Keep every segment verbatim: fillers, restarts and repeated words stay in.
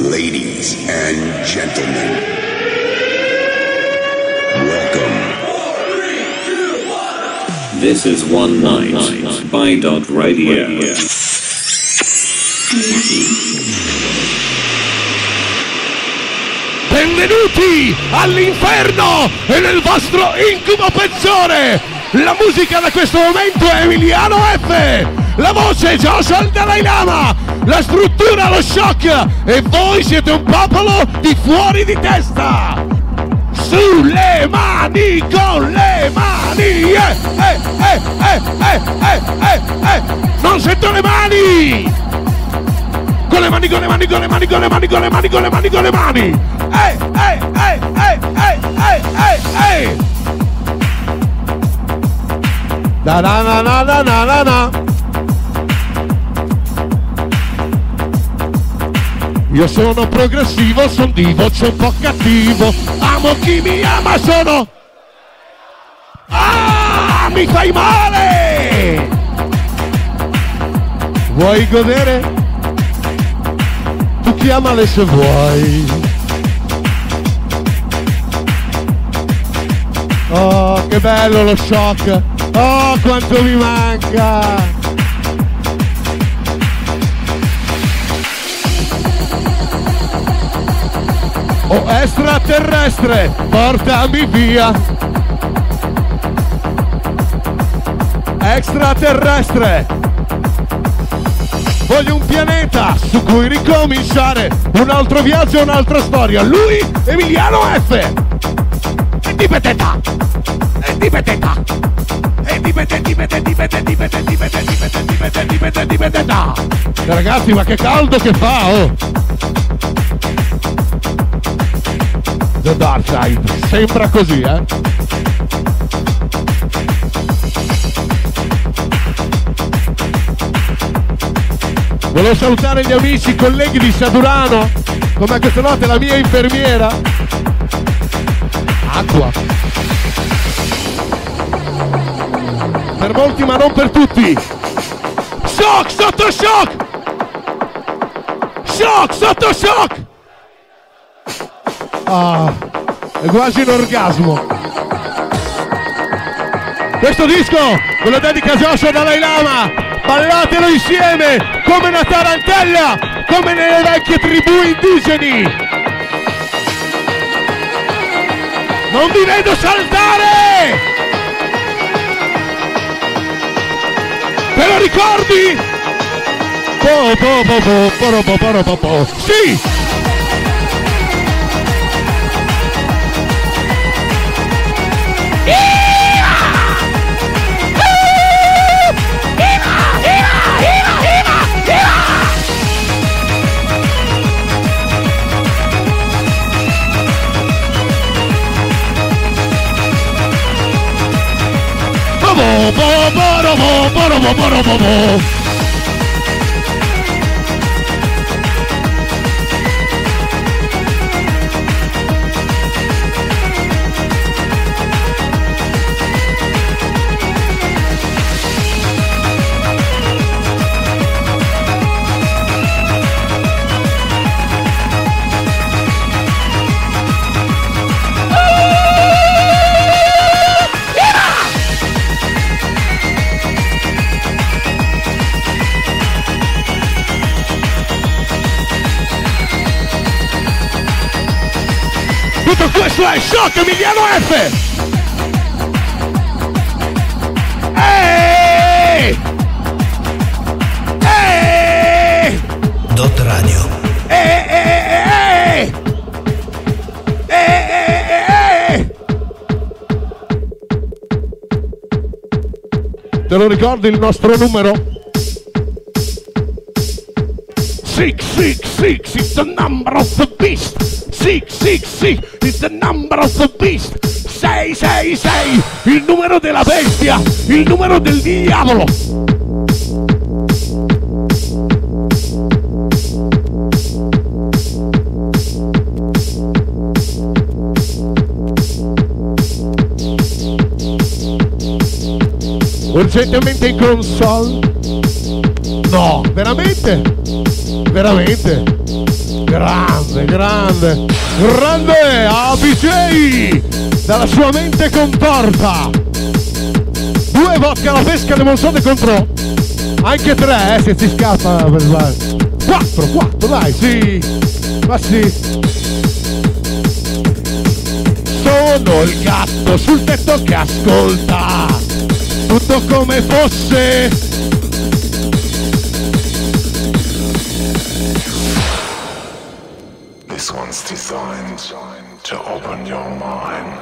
Ladies and gentlemen, welcome. This is One Night by Dot Radio. Benvenuti all'inferno e nel vostro incubo peggiore. La musica da questo momento è Emiliano F, la voce è Joshua il Dalai Lama, la struttura lo shock e voi siete un popolo di fuori di testa. Sulle mani, con le mani, eh, eh, eh, eh, eh, eh, eh, eh. Non sento le mani. Con le mani, con le mani, con le mani, con le mani, con le mani, con le mani, con le mani. Eh, eh, eh, eh, eh, eh, eh, eh. Da na na na na na na na. Io sono progressivo, son di voce un po' cattivo. Amo chi mi ama, sono... Ah, mi fai male! Vuoi godere? Tu chiamale se vuoi. Oh, che bello lo shock! Oh, quanto mi manca! Oh, extraterrestre, portami via! Extraterrestre! Voglio un pianeta su cui ricominciare un altro viaggio, un'altra storia. Lui, Emiliano F. E di peteta! E di peteta! E di peteta, di peteta, di peteta, di peteta, di peteta, di peteta, di peteta, di peteta, di peteta! Ragazzi, ma che caldo che fa, oh! The Dark Side, sembra così, eh? Volevo salutare gli amici, colleghi di Sadurano, come questa notte la mia infermiera. Acqua. Per molti ma non per tutti. Shock, sotto shock! Shock, sotto shock! Ah, è quasi un orgasmo. Questo disco ve lo dedica Joshua Dalai Lama. Ballatelo insieme come una tarantella, come nelle vecchie tribù indigeni. Non vi vedo saltare. Te lo ricordi? Po po po po po po po po po. Sì. Bo bo bo bo bo bo bo bo bo. Tutto questo è Shock Emiliano F. Eeeh! Eeeh! Dot Radio. Eeeh! Eeeh! Te lo ricordi il nostro numero? Six, six, six, it's the number of the beast. Six, six, six, it's the number of the beast. Sei, sei, sei, il numero della bestia, il numero del diavolo. Urgentemente in console. No, veramente? Veramente? Grande, grande, grande A B J dalla sua mente contorta. Due vodka alla pesca le Monsone contro anche tre, eh, se si scappa per sbaglio. Quattro, quattro, dai, sì. Ma sì. Sono il gatto sul tetto che ascolta tutto come fosse. This one's designed to open your mind.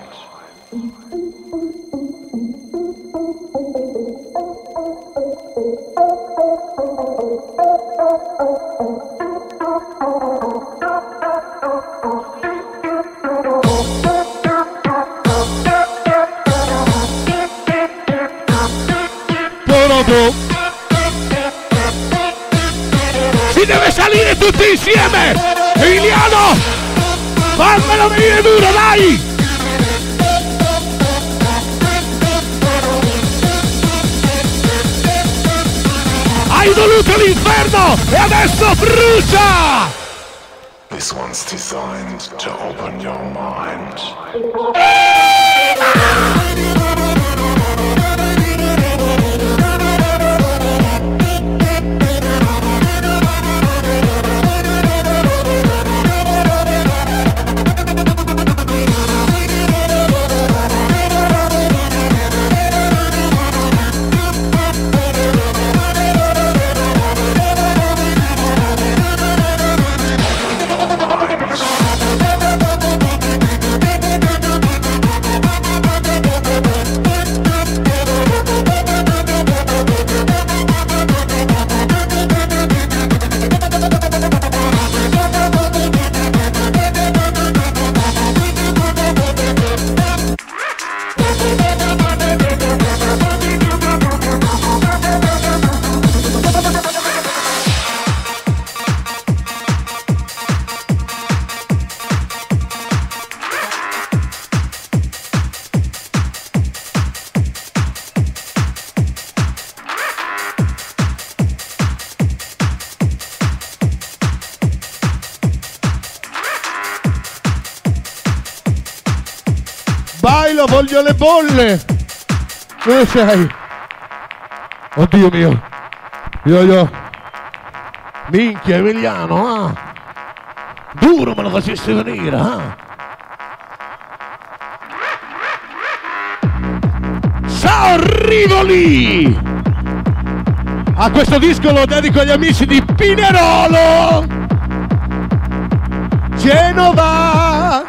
Si deve salire tutti insieme! Emiliano! Fammelo venire duro, dai! Hai voluto l'inferno e adesso brucia! This one's designed to open your mind. Bailo, voglio le bolle! Dove sei? Oddio mio! Io io! Minchia Emiliano, ah! Duro me lo facessi venire, ah! Ciao Rivoli! A questo disco lo dedico agli amici di Pinerolo! Genova!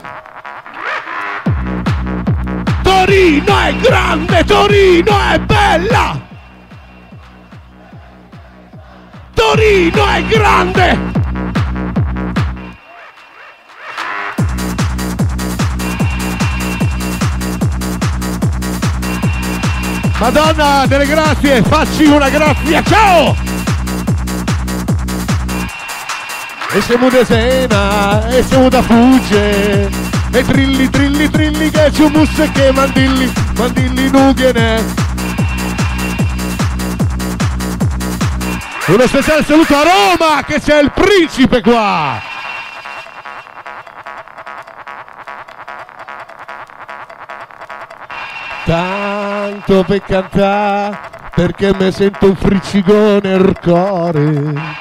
Torino è grande, Torino è bella! Torino è grande! Madonna delle grazie, facci una grazia, ciao! E siamo da Sena, e siamo da Fugge. E trilli, trilli, trilli, che c'è un musse che mandilli, mandilli nughene. Uno speciale saluto a Roma, che c'è il principe qua. Tanto per cantare, perché mi sento un friccigone nel cuore.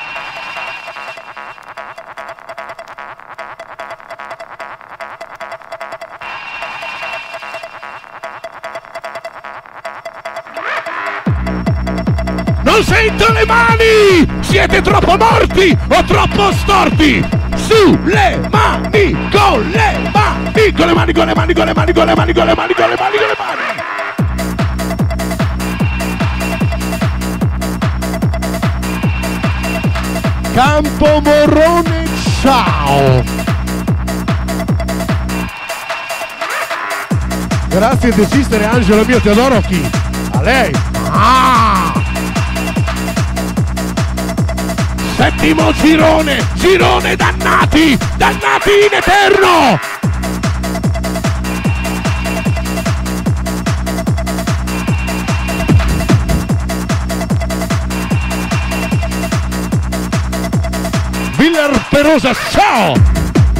Non sento le mani! Siete troppo morti o troppo storti? Su le mani, con le mani, con le mani, con le mani, con le mani, con le mani, con le mani, con le mani, con le mani. Campo Morrone, ciao! Grazie di esistere Angelo mio Teodoro chi? A lei! Ah! Settimo girone, girone dannati, dannati in eterno! Killer Perosa, ciao!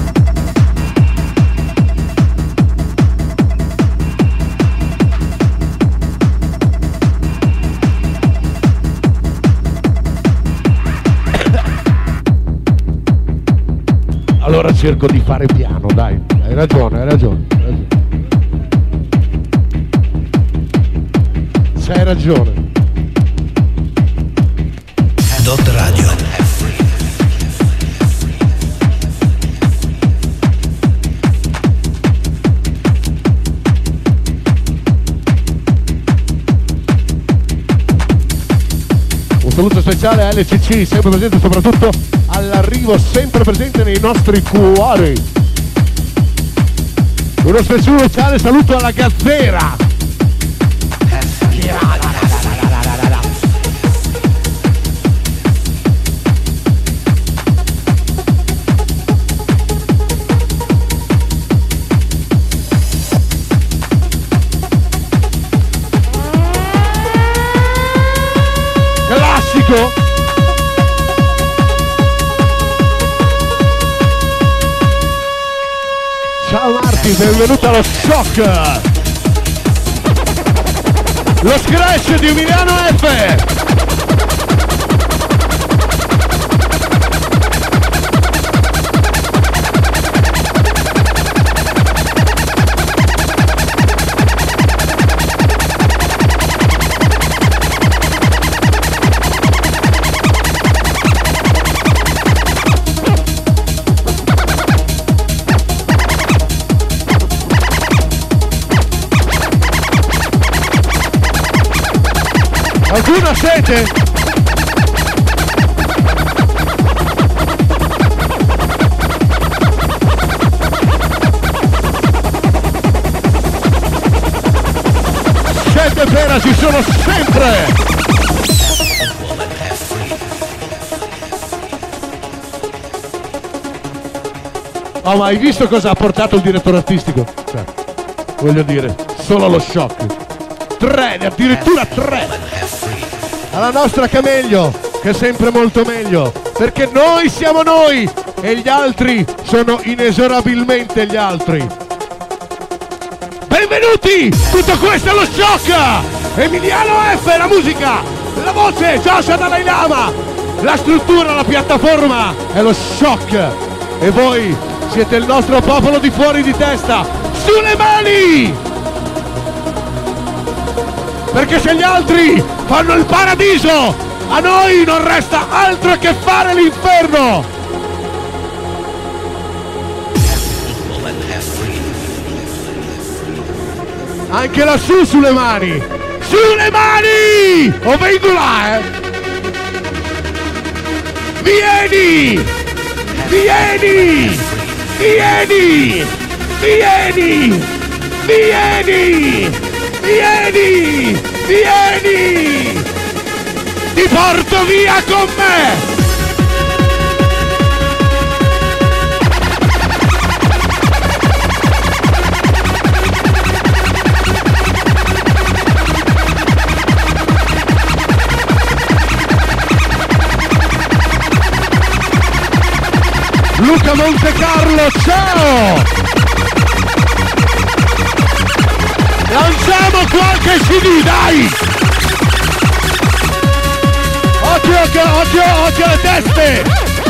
Allora cerco di fare piano, dai, hai ragione, hai ragione, hai ragione. C'hai ragione. Dot Radio. Un saluto speciale a L C C, sempre presente soprattutto all'arrivo, sempre presente nei nostri cuori. Uno speciale saluto alla Gazzera. Classico. Ciao Marti, benvenuto allo shock! Lo scratch di Emiliano F! Qualcuno sete? Sette pera ci sono sempre! Oh, ma hai visto cosa ha portato il direttore artistico? Cioè, voglio dire, solo lo shock. Tre, addirittura tre! Alla nostra Cameglio, che è sempre molto meglio, perché noi siamo noi e gli altri sono inesorabilmente gli altri. Benvenuti! Tutto questo è lo shock! Emiliano F, la musica, la voce, Joshua Dalai Lama, la struttura, la piattaforma è lo shock. E voi siete il nostro popolo di fuori di testa. Sulle mani! Perché se gli altri fanno il paradiso, a noi non resta altro che fare l'inferno! Anche lassù sulle mani! Sulle mani! O vengo là, eh! Vieni! Vieni! Vieni! Vieni! Vieni! Vieni! Vieni! Ti porto via con me! Luca Montecarlo, ciao! Lanciamo qualche C D, dai! Occhio, occhio, occhio, occhio alle teste!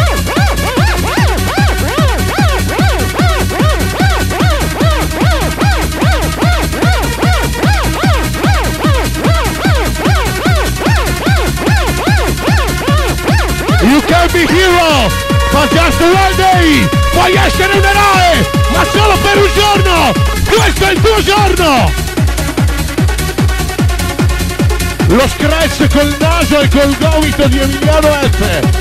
You can be hero, but just one day! Puoi essere un eroe, ma solo per un giorno! Questo è il tuo giorno! Lo scratch col naso e col gomito di Emiliano F.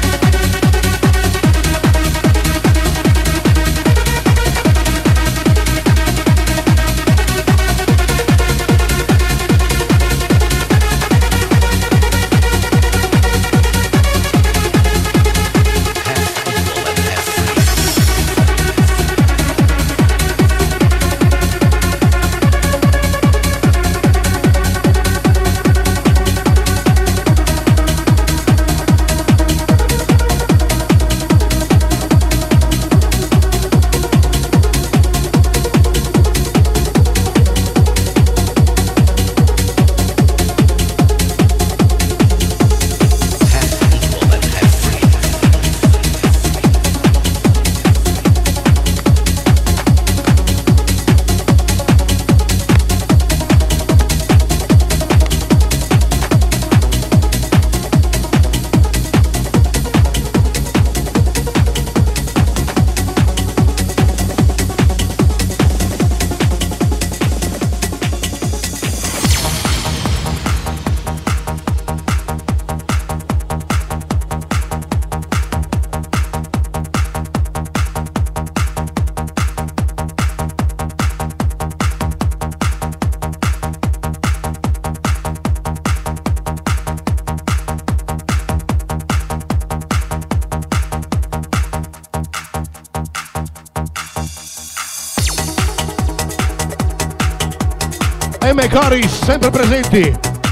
Emma e Coris sempre presenti.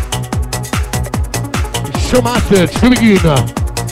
Show master to begin.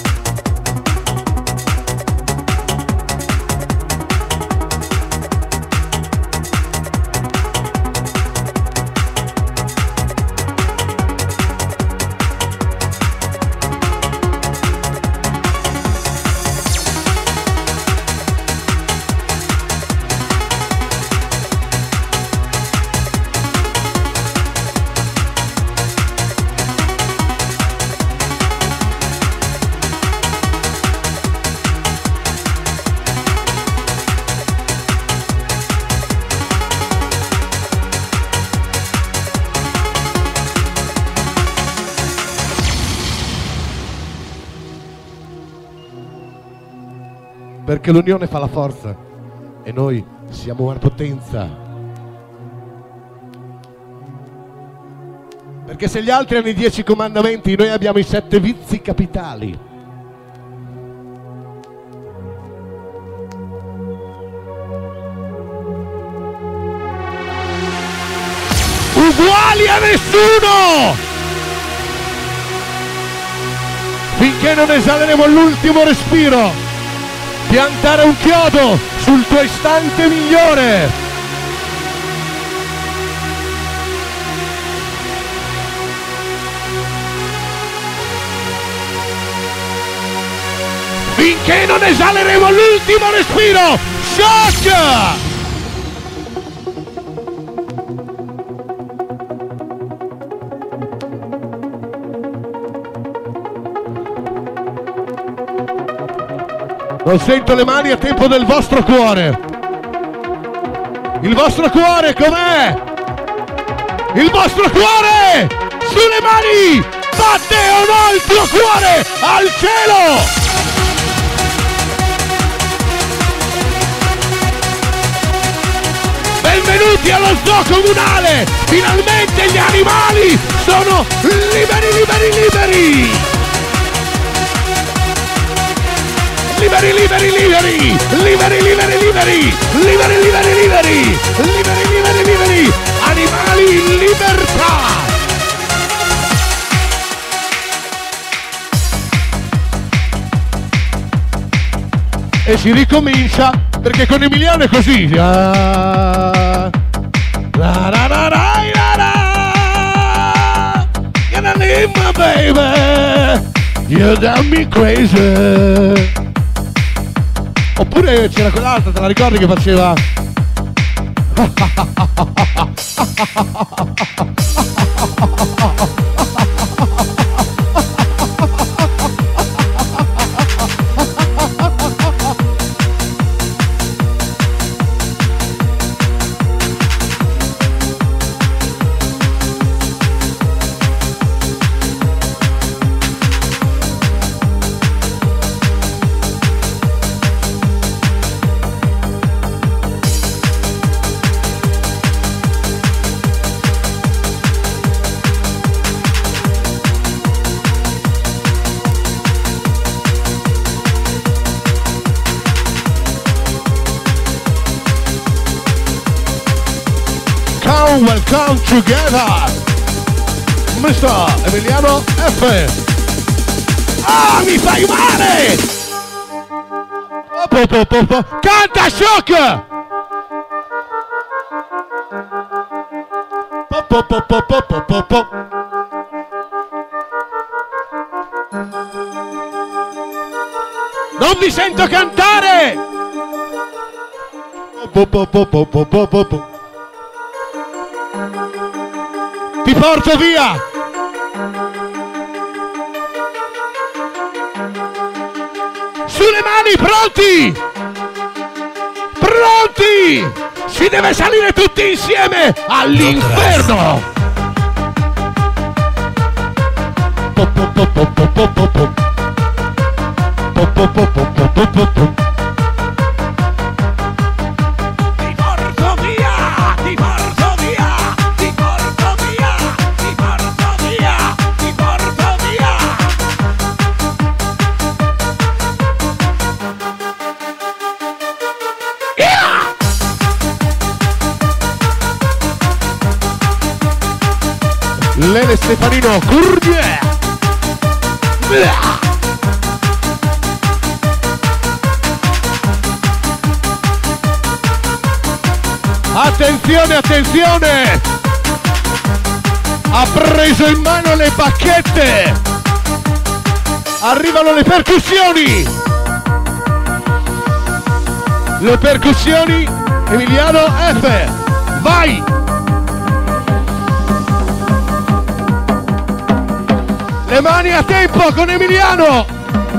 Perché l'unione fa la forza e noi siamo una potenza. Perché se gli altri hanno i dieci comandamenti, noi abbiamo i sette vizi capitali. Uguali a nessuno! Finché non esaleremo l'ultimo respiro. Piantare un chiodo sul tuo istante migliore. Finché non esaleremo l'ultimo respiro. Shock! Non sento le mani a tempo del vostro cuore. Il vostro cuore com'è? Il vostro cuore! Sulle mani! Batte o no il tuo cuore al cielo! Benvenuti allo zoo comunale! Finalmente gli animali sono liberi, liberi, liberi! Liberi, liberi, liberi, liberi, liberi, liberi, liberi, liberi, liberi, liberi, liberi, liberi, animali in libertà. E si ricomincia perché con Emiliano è così. Ah, la, la, la, la, la, la. Gonna leave my baby, you got me crazy. Oppure c'era quell'altra, te la ricordi che faceva? Welcome together, mister Emiliano F. Ah, mi fai male! Po, po, po, po. Canta Shock! Po, po, po, po, po, po, po, po. Non vi sento cantare! Po, po, po, po, po, po, po, po. Ti porto via! Sulle mani, pronti! Pronti! Si deve salire tutti insieme all'inferno! Po, po, po, po, po, po, po, po. Po, po, po, po, po, po, po, po. Lele Stefanino Curvie. Attenzione, attenzione! Ha preso in mano le bacchette! Arrivano le percussioni! Le percussioni Emiliano F. Vai! Le mani a tempo con Emiliano!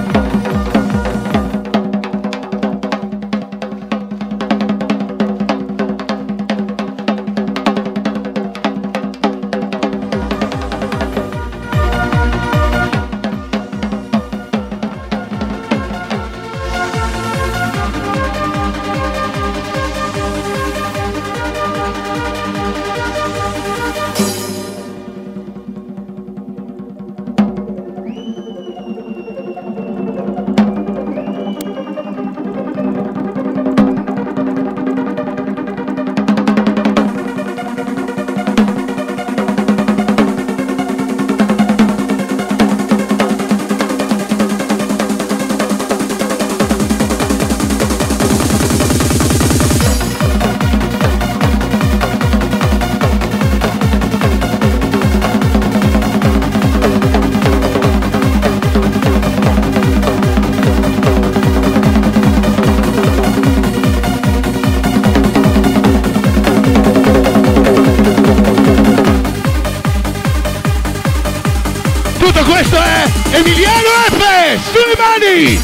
Questo è Emiliano F. Sulle mani!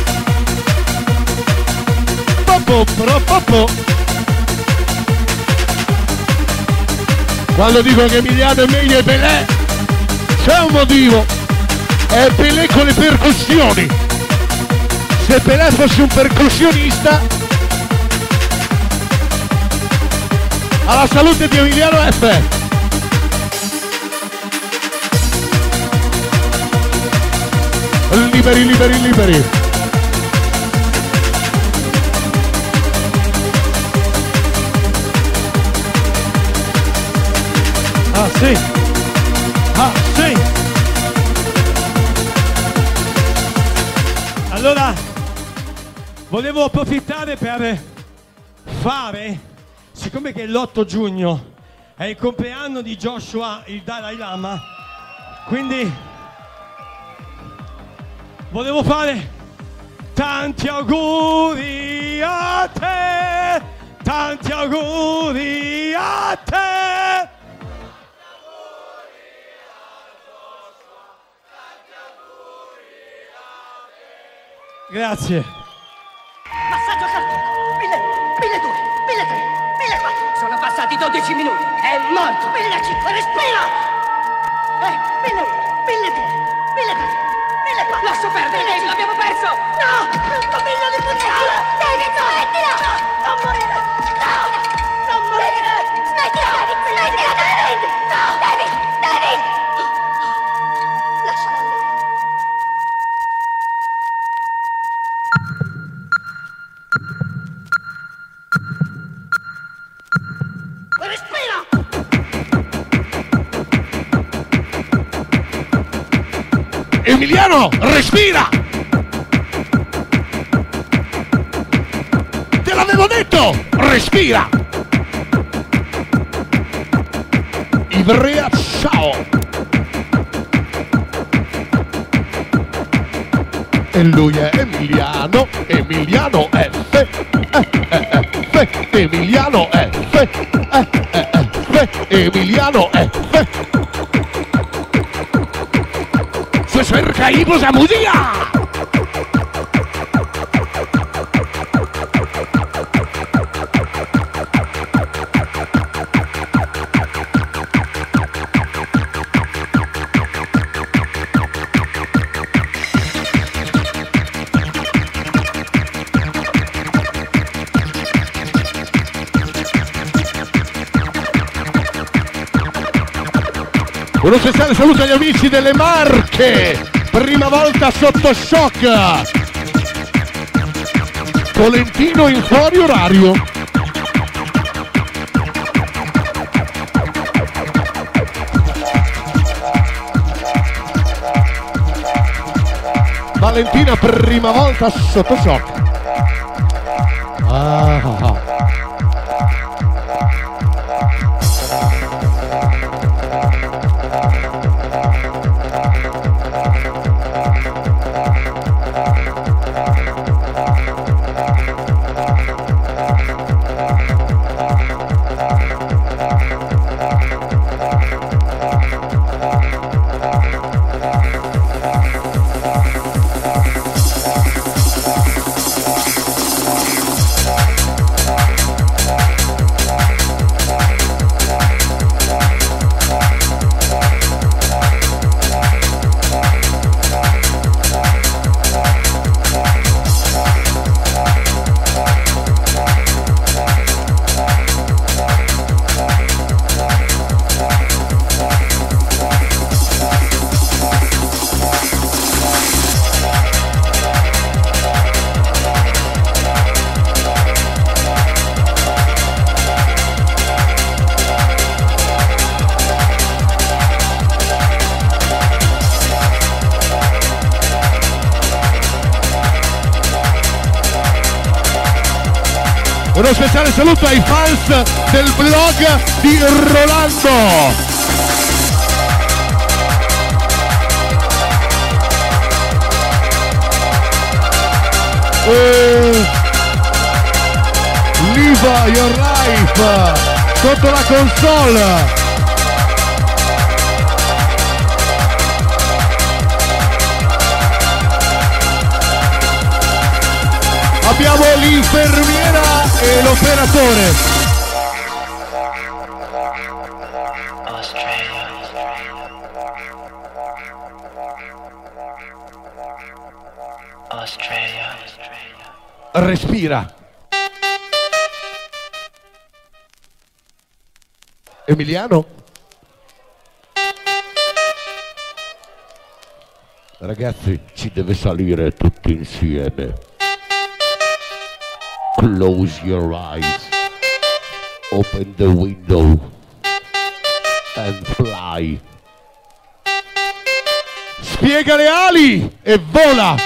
Popo, pro, popo. Quando dico che Emiliano è meglio di Pelé, c'è un motivo. È Pelé con le percussioni. Se Pelé fosse un percussionista, alla salute di Emiliano F. Liberi, liberi, liberi. Ah sì. Ah sì. Allora, volevo approfittare per fare, siccome che l'otto giugno è il compleanno di Joshua, il Dalai Lama, quindi volevo fare tanti auguri a te, tanti auguri a te. Grazie. Massaggio cardiaco, mille, mille due, mille tre, mille quattro. Sono passati dodici minuti. È morto. mille cinque, respira. Eh, mille uno, mille due, mille tre, mille quattro. Lascio perdere, Dave, l'abbiamo perso. No, famiglia di puttana. David, smettila. No, non morire. No, non morire. Smettila, David, smettila, David. No, David, David. Lasciala lì. Emiliano, respira! Te l'avevo detto! Respira! Ivrea, ciao! E lui è Emiliano, Emiliano F, eh, eh, F, Emiliano F, eh, eh, F, Emiliano F. Se cerca esa música. Uno speciale saluto agli amici delle Marche, prima volta sotto shock. Tolentino in fuori orario. Valentina, prima volta sotto shock. Ah, ah, ah. Uno speciale saluto ai fans del blog di Rolando. Uh, live your life sotto la console. Abbiamo l'infermiera e l'operatore. Australia. Australia. Respira. Emiliano? Ragazzi, ci deve salire tutti insieme. Close your eyes, open the window and fly. Spiega le ali e vola.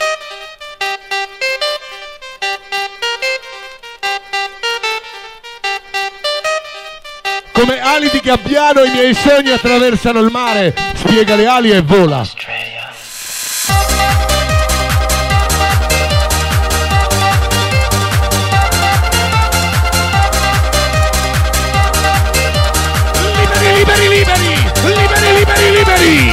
Come ali di gabbiano i miei sogni attraversano il mare. Spiega le ali e vola. Liberi, liberi, liberi, liberi, liberi!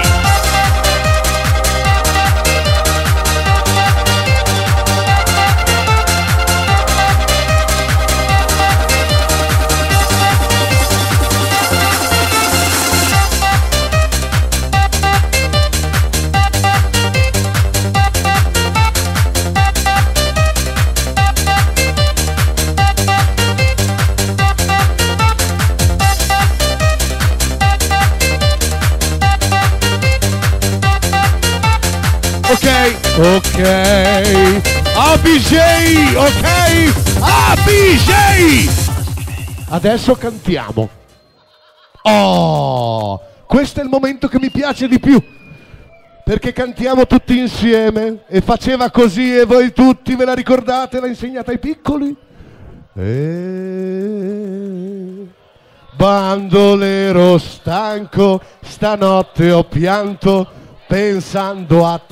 Ok, A B J, ok, A B J. Adesso cantiamo. Oh, questo è il momento che mi piace di più, perché cantiamo tutti insieme. E faceva così e voi tutti ve la ricordate? L'ha insegnata ai piccoli? E... bandolero stanco, stanotte ho pianto pensando a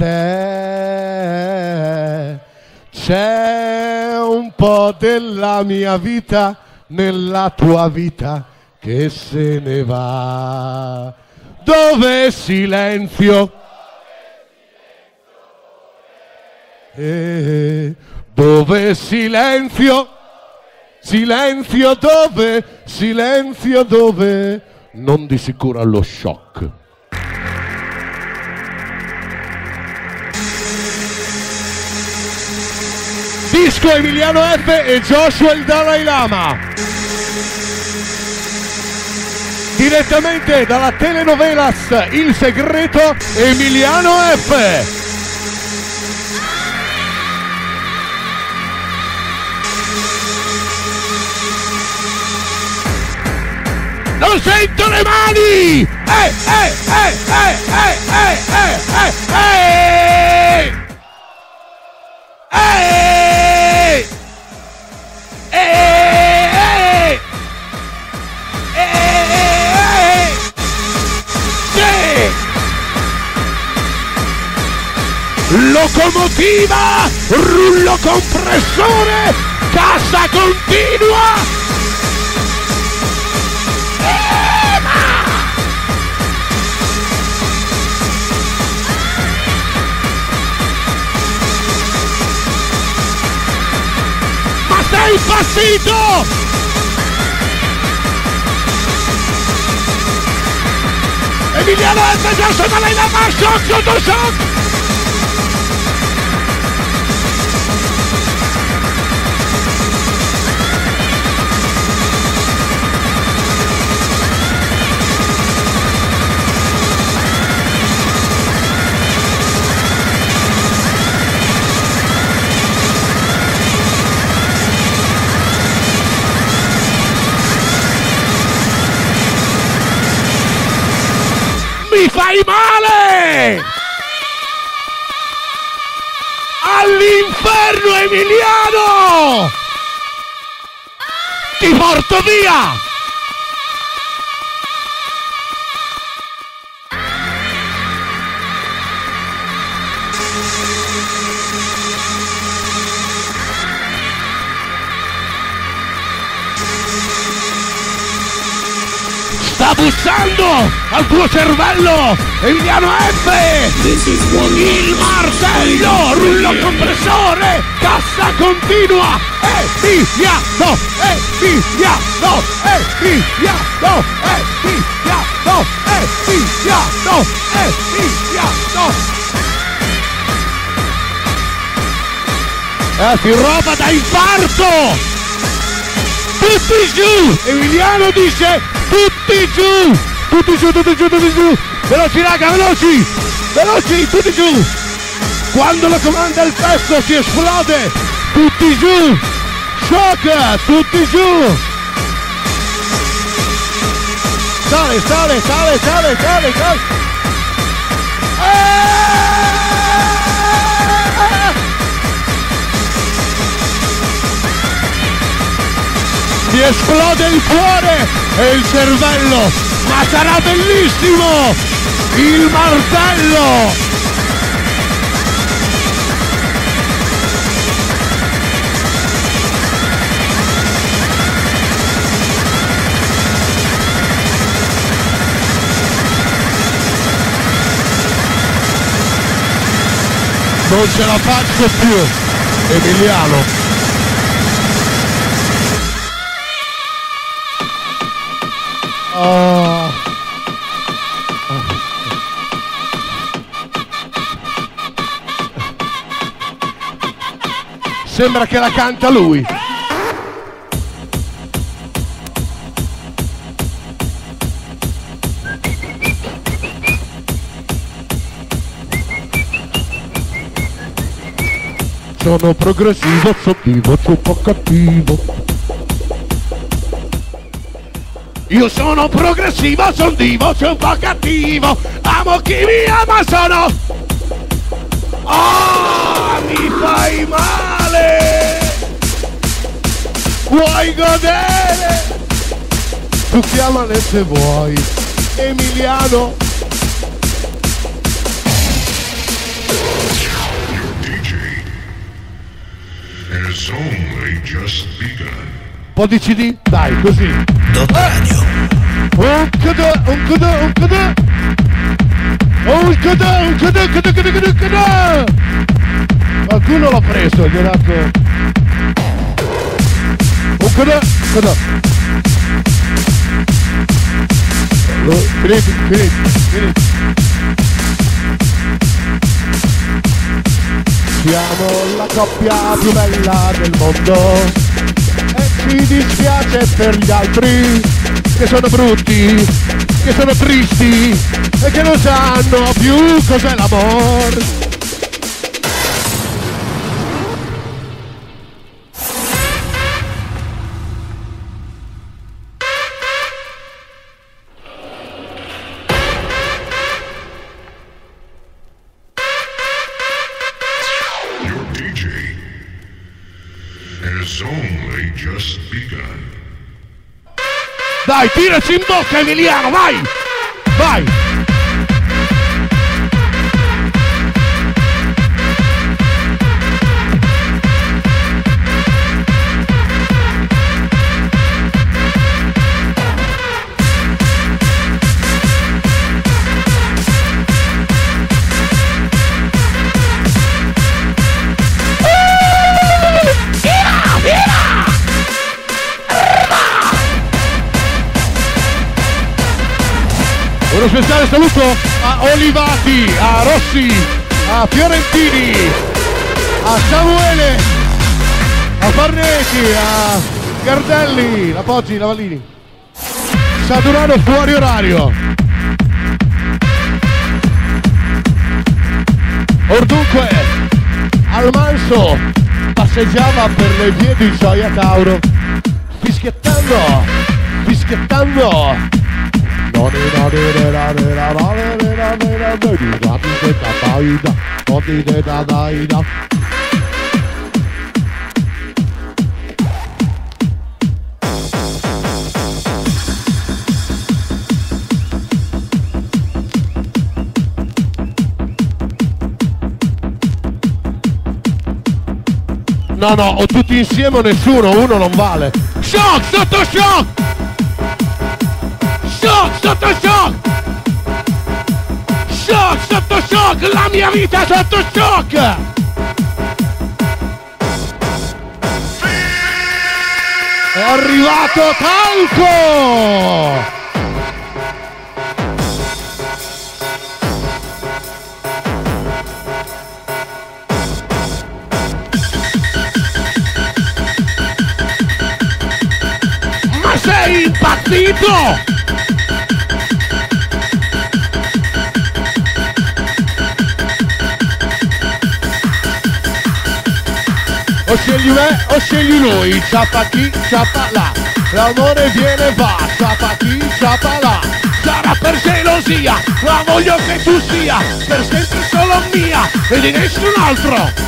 te. C'è un po' della mia vita nella tua vita che se ne va. Dove silenzio? Eh, dove silenzio? Silenzio dove? Silenzio dove? Non di sicuro allo shock. Disco Emiliano F e Joshua il Dalai Lama. Direttamente dalla telenovelas Il Segreto, Emiliano F. Non sento le mani! Eh, eh, eh, eh, eh, eh, eh, eh, eh! locomotiva, rullo compressore, cassa continua. Ma sei impazzito? Emiliano F già sotto la lama, shock sotto shock. Mi fai male! All'inferno, Emiliano! Ti porto via! Sta bussando al tuo cervello, Emiliano F! This is one Il martello, rullo compressore, cassa continua, Emiliano, Emiliano, Emiliano, Emiliano, Emiliano, Emiliano. Eh, ti roba da infarto! Tutti giù! Emiliano dice tutti giù! Tutti giù, tutti giù, tutti giù! Veloci raga, veloci! Veloci, tutti giù! Quando lo comanda il pezzo si esplode! Tutti giù! Shock! Tutti giù! Sale, sale, sale, sale, sale, sale! Ti esplode il cuore e il cervello, ma sarà bellissimo! Il martello! Non ce la faccio più, Emiliano. Oh. Sembra che la canta lui. Sono progressivo, sono vivo, sono un po' cattivo. Io sono progressivo, sono divo, sono un po' cattivo. Amo chi mi ama, sono... Oh, mi fai male! Vuoi godere? Tu chiamale se vuoi, Emiliano. Your D J has only just begun. Un po' di C D? Dai, così. Dot Radio. Un cadè, un cadè, un cadè. Un cadè, un cadè, cadè, cadè, cadè, cadè. Qualcuno l'ha preso, gli ho dato. Un cadè, cadè. Finiti, finiti, finiti. Siamo la coppia più bella del mondo. Mi dispiace per gli altri che sono brutti, che sono tristi e che non sanno più cos'è l'amore. Your D J has only just begun. Dai, tiraci in bocca, Emiliano, vai! Vai! Uno speciale saluto a Olivati, a Rossi, a Fiorentini, a Samuele, a Farnetti, a Gardelli, la Poggi, la Vallini. Sadurano fuori orario. Or dunque, Almanso passeggiava per le vie di Gioia Tauro, fischiettando, fischiettando. No, no, o tutti insieme o nessuno, uno non vale. Shock, sotto shock! Shock, sotto shock! Shock, sotto shock! La mia vita sotto shock! È arrivato Talco! Sei impazzito! O scegli me o scegli lui, ciappa chi, ciappa là. L'amore viene e va, ciappa chi, ciappa là. Sarà per gelosia, ma voglio che tu sia per sempre solo mia e di nessun altro.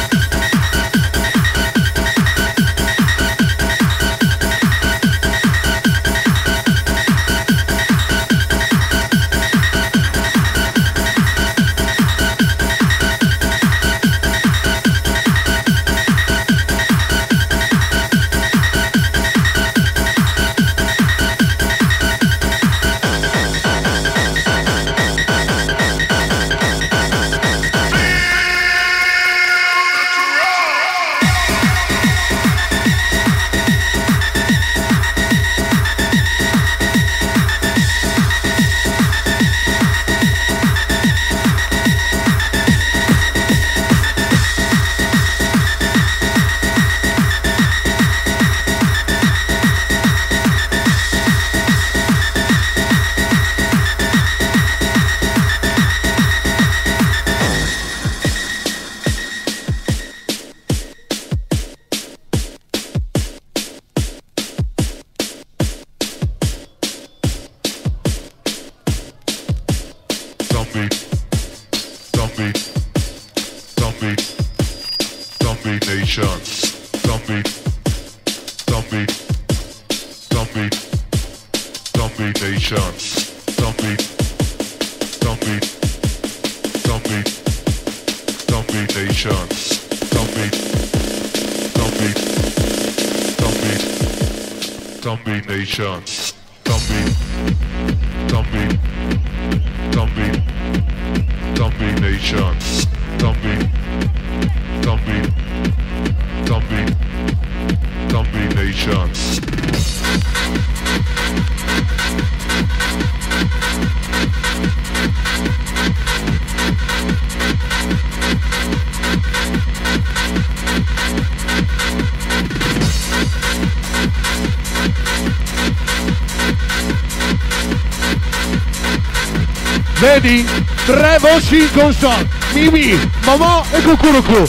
Vedi? Tre voci in console. Mimi, Mamò e Cucurucu.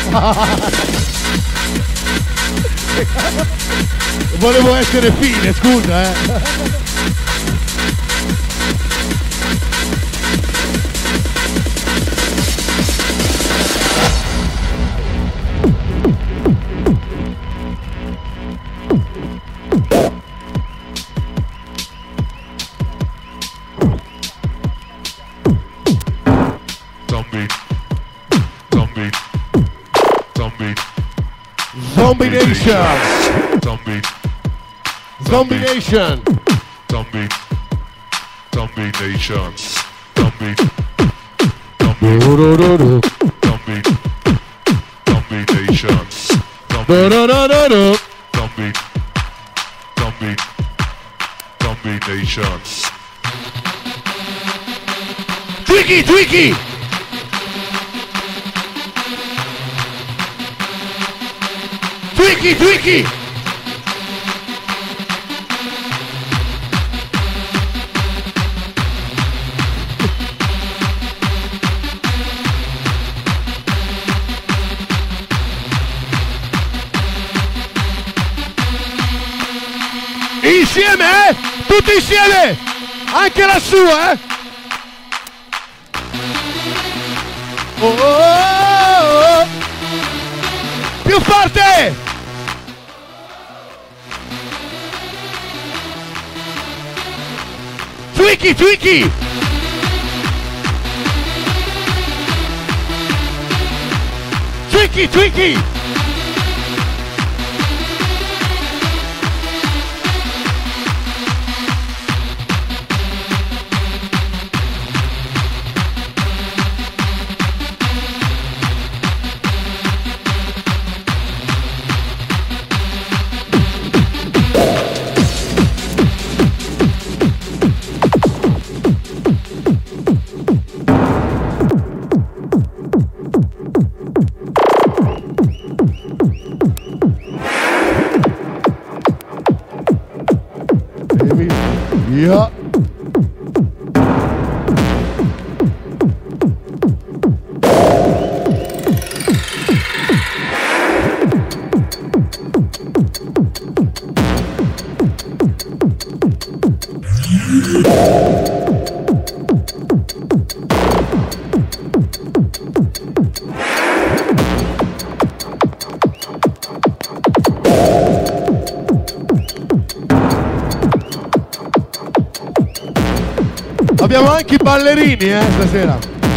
Volevo essere fine, scusa, eh. Zombie Nation! Zombie. Zombie Nation! Zombie. Zombie Nation. Zombie. Du-du-du-du. Zombie. Zombie Nation. Du-du-du-du-du. Zombie. Zombie. Zombie Nation. Twiki, Twiki! Twiki, Twiki! Insieme, eh? Tutti insieme! Anche lassù, eh? Oh, oh, oh, oh. Più forte! Twiki, Twiki! Twiki, Twiki! Yeah. Abbiamo anche i ballerini, eh, stasera.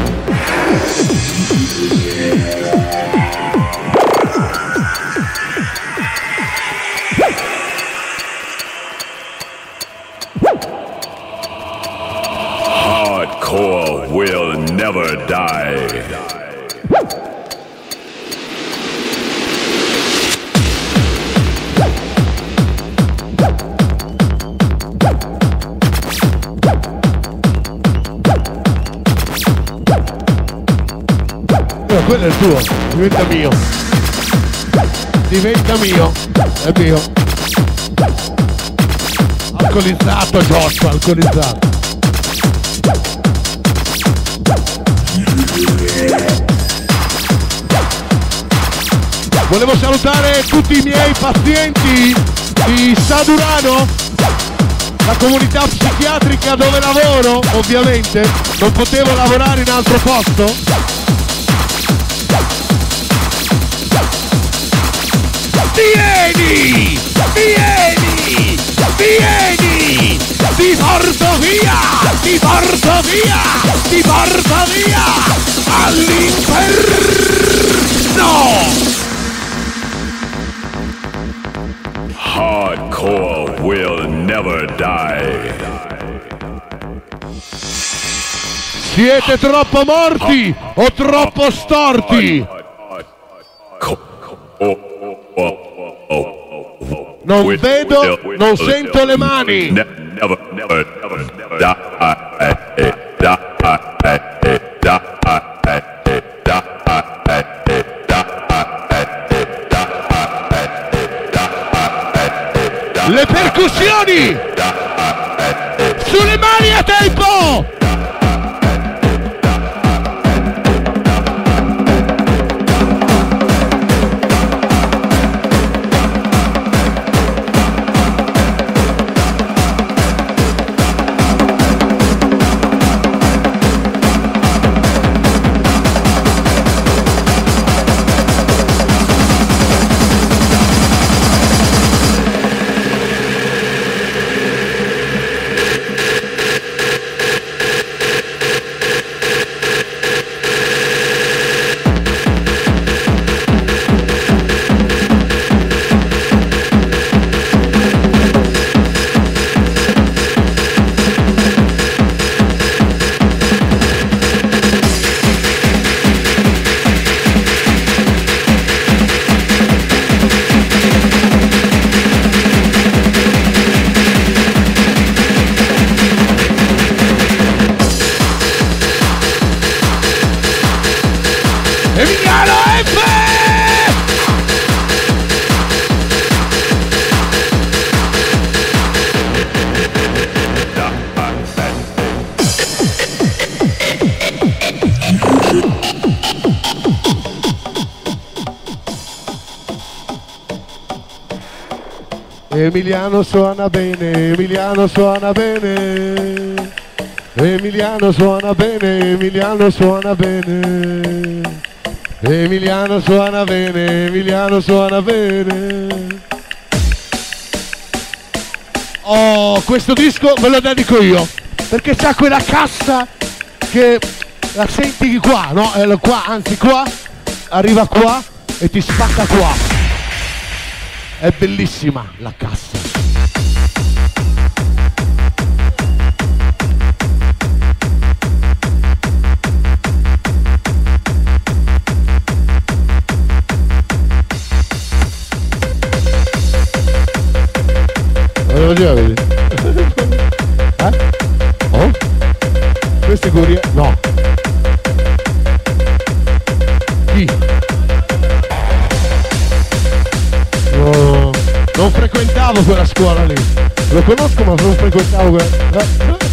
Hardcore will never die. Quello è il tuo, diventa mio. Diventa mio, è mio. Alcolizzato Joshua, alcolizzato. Volevo salutare tutti i miei pazienti di Sadurano, la comunità psichiatrica dove lavoro, ovviamente. Non potevo lavorare in altro posto. Vieni! Vieni! Vieni! Ti porto via! Ti porto via! Ti porto via! All'inferno! Hardcore will never die. Siete troppo morti o troppo storti? Non vedo, non sento le mani. Never, never, never die. Die. Le percussioni! Sulle mani a tempo! Emiliano suona bene, Emiliano suona bene. Emiliano suona bene, Emiliano suona bene. Emiliano suona bene, Emiliano suona bene. Oh, questo disco ve lo dedico io, perché c'ha quella cassa che la senti qua, no? Eh, qua, anzi qua, arriva qua e ti spacca qua. È bellissima la cassa. Volevo dire, vedi? Eh? Oh? Queste curie? No. Chi? No, non frequentavo quella scuola lì. Lo conosco ma non frequentavo quella.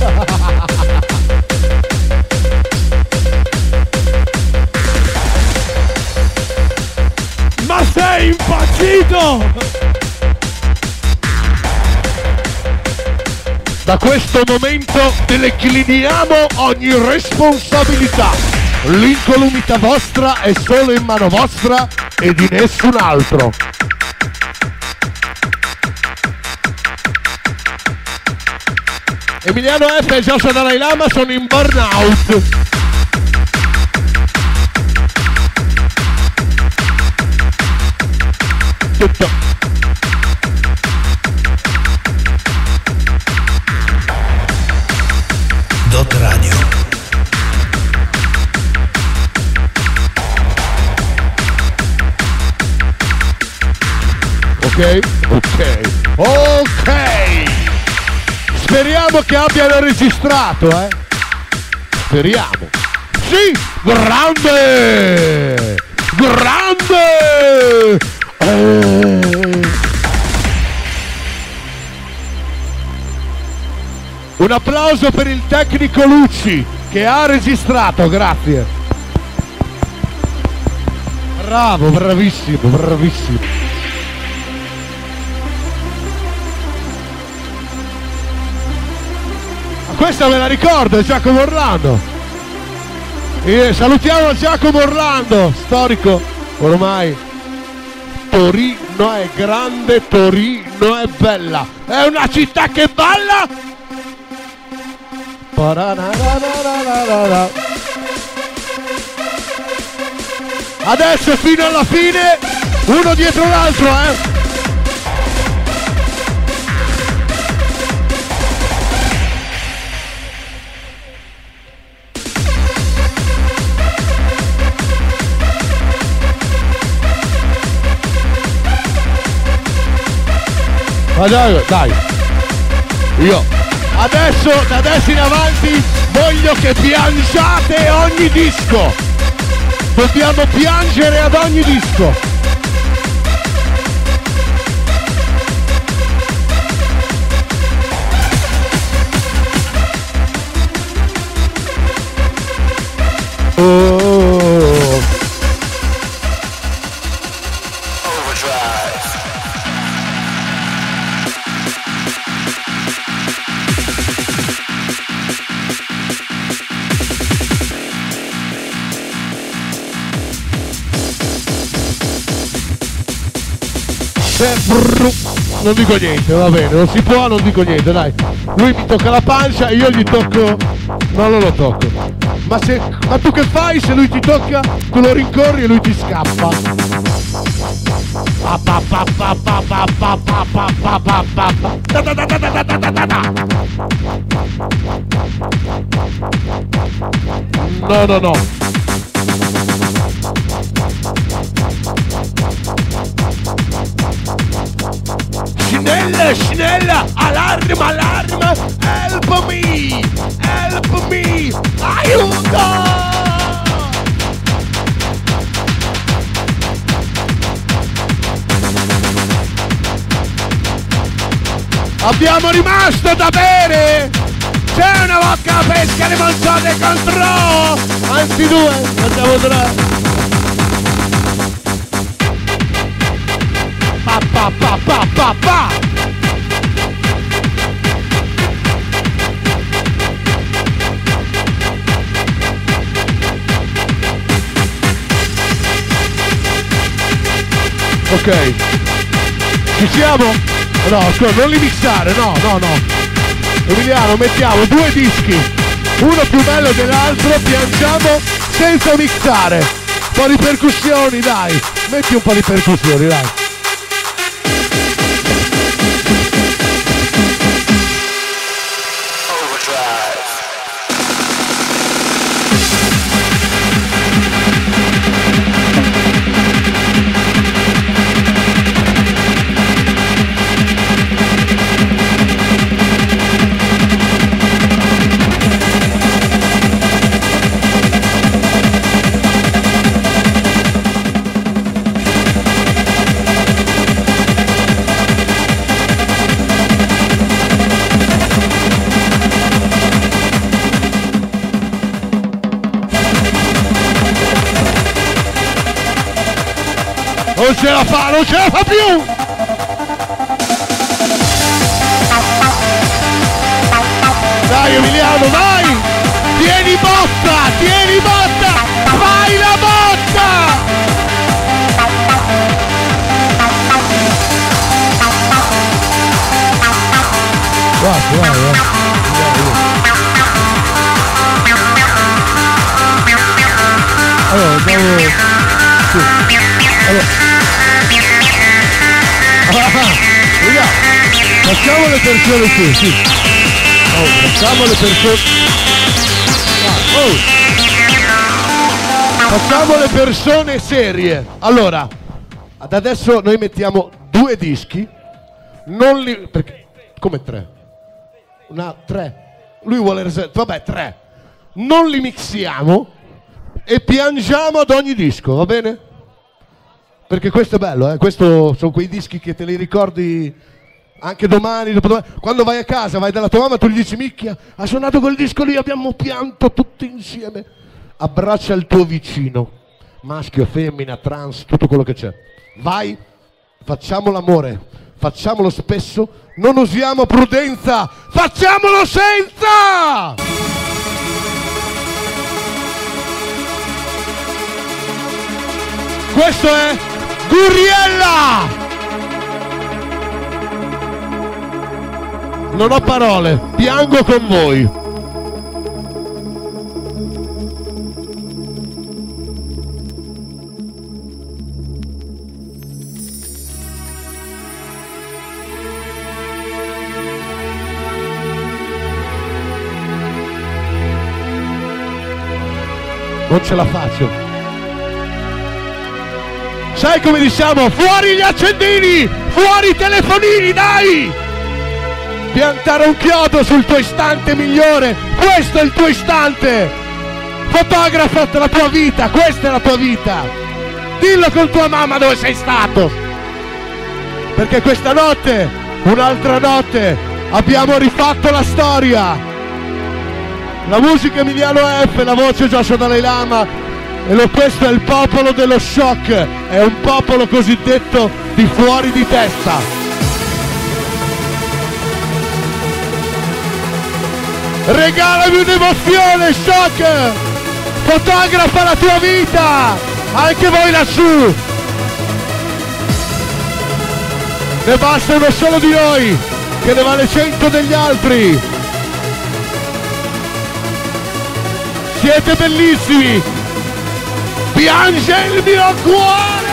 Ma sei impazzito! Da questo momento decliniamo ogni responsabilità. L'incolumità vostra è solo in mano vostra e di nessun altro. Emiliano F e Joshua Dalai Lama sono in burnout. Tutto. Dot Radio. Ok, ok, ok. Speriamo che abbiano registrato, eh. Speriamo. Sì, grande, grande. Eh. Un applauso per il tecnico Lucci che ha registrato, grazie. Bravo, bravissimo, bravissimo. Ma questa me la ricordo, è Giacomo Orlando. E salutiamo Giacomo Orlando, storico ormai. Torino è grande, Torino è bella. È una città che balla. Adesso fino alla fine, uno dietro l'altro, eh. Ma dai, dai. Io adesso, da adesso in avanti, voglio che piangiate ogni disco. Dobbiamo piangere ad ogni disco. Oh. Non dico niente, va bene, non si può, non dico niente, dai. Lui mi tocca la pancia e io gli tocco. No, non lo tocco. Ma se. Ma tu che fai se lui ti tocca? Tu lo rincorri e lui ti scappa. No, no, no. Schnell, schnell, allarme, allarme, help me, help me, aiuto! Abbiamo rimasto da bere? C'è una vodka pesca di Monzone contro! Anzi due, facciamo tre. Pa pa pa pa pa pa. Ok. Ci siamo? No, scusa, non li mixare, no, no, no. Emiliano, mettiamo due dischi, uno più bello dell'altro, piangiamo senza mixare. Un po' di percussioni, dai. Metti un po' di percussioni, dai. Non ce la fa, non ce la fa più! Dai Emiliano, vai! Tieni botta, tieni botta! Fai la botta! Guarda, guarda, guarda. Allora, andiamo... Sì. Allora. Raga, facciamo le persone qui, sì. Oh, facciamo le persone. Oh. Facciamo le persone serie. Allora, ad adesso noi mettiamo due dischi. Non li. Perché. Come tre? Una tre. Lui vuole reset. Vabbè, tre. Non li mixiamo e piangiamo ad ogni disco, va bene? Perché questo è bello, eh? Questo sono quei dischi che te li ricordi anche domani, dopodomani. Quando vai a casa, vai dalla tua mamma, tu gli dici: Micchia, ha suonato quel disco lì, abbiamo pianto tutti insieme. Abbraccia il tuo vicino, maschio, femmina, trans, tutto quello che c'è. Vai, facciamo l'amore, facciamolo spesso, non usiamo prudenza, facciamolo senza! Questo è Gurriella! Non ho parole, piango con voi. Non ce la faccio. Sai come diciamo? Fuori gli accendini! Fuori i telefonini, dai! Piantare un chiodo sul tuo istante migliore! Questo è il tuo istante! Fotografa la tua vita! Questa è la tua vita! Dillo con tua mamma dove sei stato! Perché questa notte, un'altra notte, abbiamo rifatto la storia! La musica Emiliano F, la voce Joshua Dalai Lama. E lo, questo è il popolo dello shock, è un popolo cosiddetto di fuori di testa. Regalami un'emozione, shock! Fotografa la tua vita! Anche voi lassù! Ne basta uno solo di noi, che ne vale cento degli altri! Siete bellissimi! Piange il mio cuore!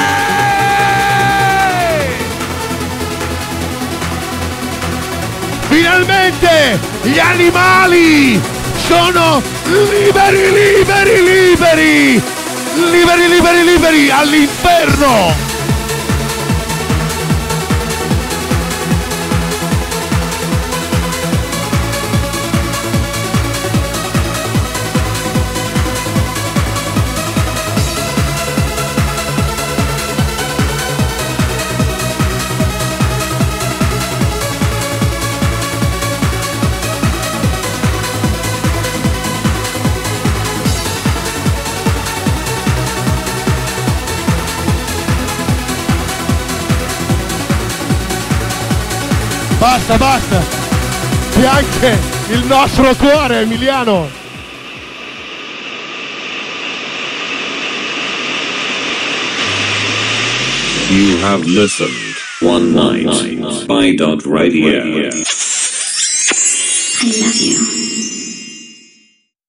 Finalmente gli animali sono liberi, liberi, liberi! Liberi, liberi, liberi all'inferno! Basta, basta! E anche il nostro cuore, Emiliano! You have listened One Night by Dot Radio. I love you.